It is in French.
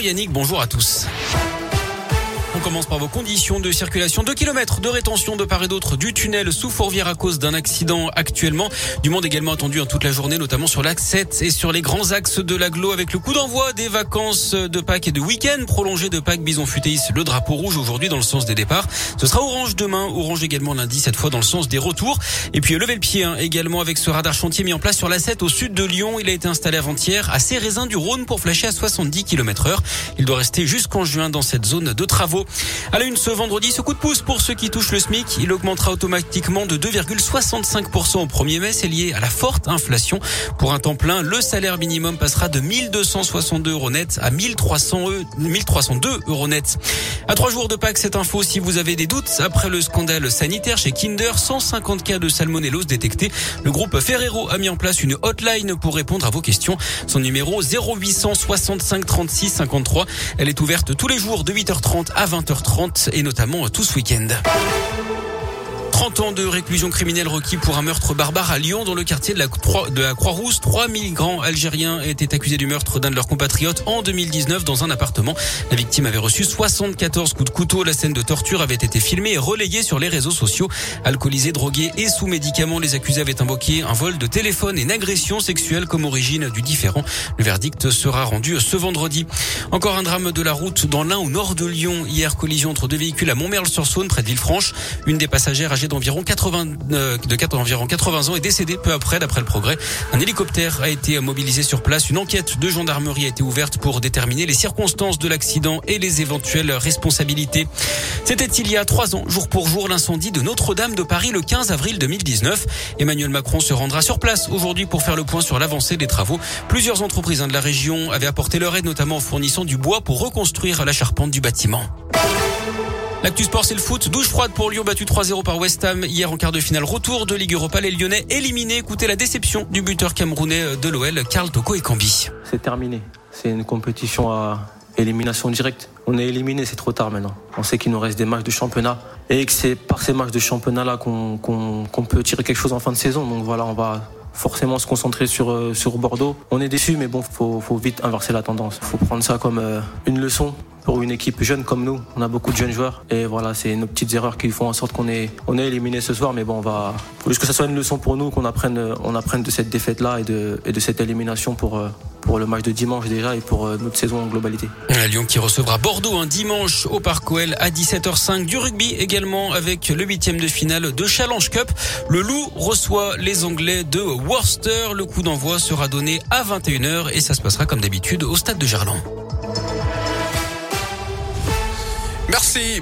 Bonjour Yannick, bonjour à tous. On commence par vos conditions de circulation. 2 kilomètres de rétention de part et d'autre du tunnel sous Fourvière à cause d'un accident actuellement. Du monde également attendu toute la journée, notamment sur l'axe 7 et sur les grands axes de l'agglo avec le coup d'envoi des vacances de Pâques et de week-end prolongé de Pâques. Bison Futé hisse le drapeau rouge aujourd'hui dans le sens des départs. Ce sera orange demain, orange également lundi, cette fois dans le sens des retours. Et puis levez le pied également avec ce radar chantier mis en place sur la 7 au sud de Lyon. Il a été installé avant-hier à Cérézin du Rhône pour flasher à 70 km/h. Il doit rester jusqu'en juin dans cette zone de travaux. À la une ce vendredi, ce coup de pouce pour ceux qui touchent le SMIC. Il augmentera automatiquement de 2,65% au 1er mai. C'est lié à la forte inflation. Pour un temps plein, le salaire minimum passera de 1262 € net à 1302 € net. À 3 jours de Pâques, cette info, si vous avez des doutes, après le scandale sanitaire chez Kinder, 150 cas de salmonellose détectés. Le groupe Ferrero a mis en place une hotline pour répondre à vos questions. Son numéro 0800 65 36 53. Elle est ouverte tous les jours de 8h30 à 20h30 et notamment tout ce week-end. 30 ans de réclusion criminelle requis pour un meurtre barbare à Lyon dans le quartier de la Croix-Rousse. 3 migrants algériens étaient accusés du meurtre d'un de leurs compatriotes en 2019 dans un appartement. La victime avait reçu 74 coups de couteau. La scène de torture avait été filmée et relayée sur les réseaux sociaux. Alcoolisés, drogués et sous médicaments, les accusés avaient invoqué un vol de téléphone et une agression sexuelle comme origine du différend. Le verdict sera rendu ce vendredi. Encore un drame de la route dans l'Ain au nord de Lyon. Hier, collision entre deux véhicules à Montmerle-sur-Saône près de Villefranche. Une des passagères âgée d'environ 80 ans est décédée peu après, d'après le Progrès. Un hélicoptère a été mobilisé sur place. Une enquête de gendarmerie a été ouverte pour déterminer les circonstances de l'accident et les éventuelles responsabilités. C'était il y a 3 ans, jour pour jour, l'incendie de Notre-Dame de Paris le 15 avril 2019. Emmanuel Macron se rendra sur place aujourd'hui pour faire le point sur l'avancée des travaux. Plusieurs entreprises de la région avaient apporté leur aide, notamment en fournissant du bois pour reconstruire la charpente du bâtiment. L'actu sport, c'est le foot. Douche froide pour Lyon, battu 3-0 par West Ham. Hier, en quart de finale, retour de Ligue Europa. Les Lyonnais éliminés. Écoutez la déception du buteur camerounais de l'OL, Karl Toko Ekambi. C'est terminé. C'est une compétition à élimination directe. On est éliminé, c'est trop tard maintenant. On sait qu'il nous reste des matchs de championnat. Et que c'est par ces matchs de championnat-là qu'on peut tirer quelque chose en fin de saison. Donc voilà, on va forcément se concentrer sur Bordeaux. On est déçus, mais bon, faut vite inverser la tendance. Faut prendre ça comme une leçon. Pour une équipe jeune comme nous, on a beaucoup de jeunes joueurs et voilà, c'est nos petites erreurs qui font en sorte qu'on est éliminé ce soir, mais bon, faut juste que ça soit une leçon pour nous, qu'on apprenne de cette défaite-là et de cette élimination pour le match de dimanche déjà et pour notre saison en globalité. Lyon qui recevra Bordeaux un dimanche au Parc OL à 17h05. Du rugby également avec le 8e de finale de Challenge Cup. Le Loup reçoit les Anglais de Worcester. Le coup d'envoi sera donné à 21h et ça se passera comme d'habitude au stade de Gerland. Merci.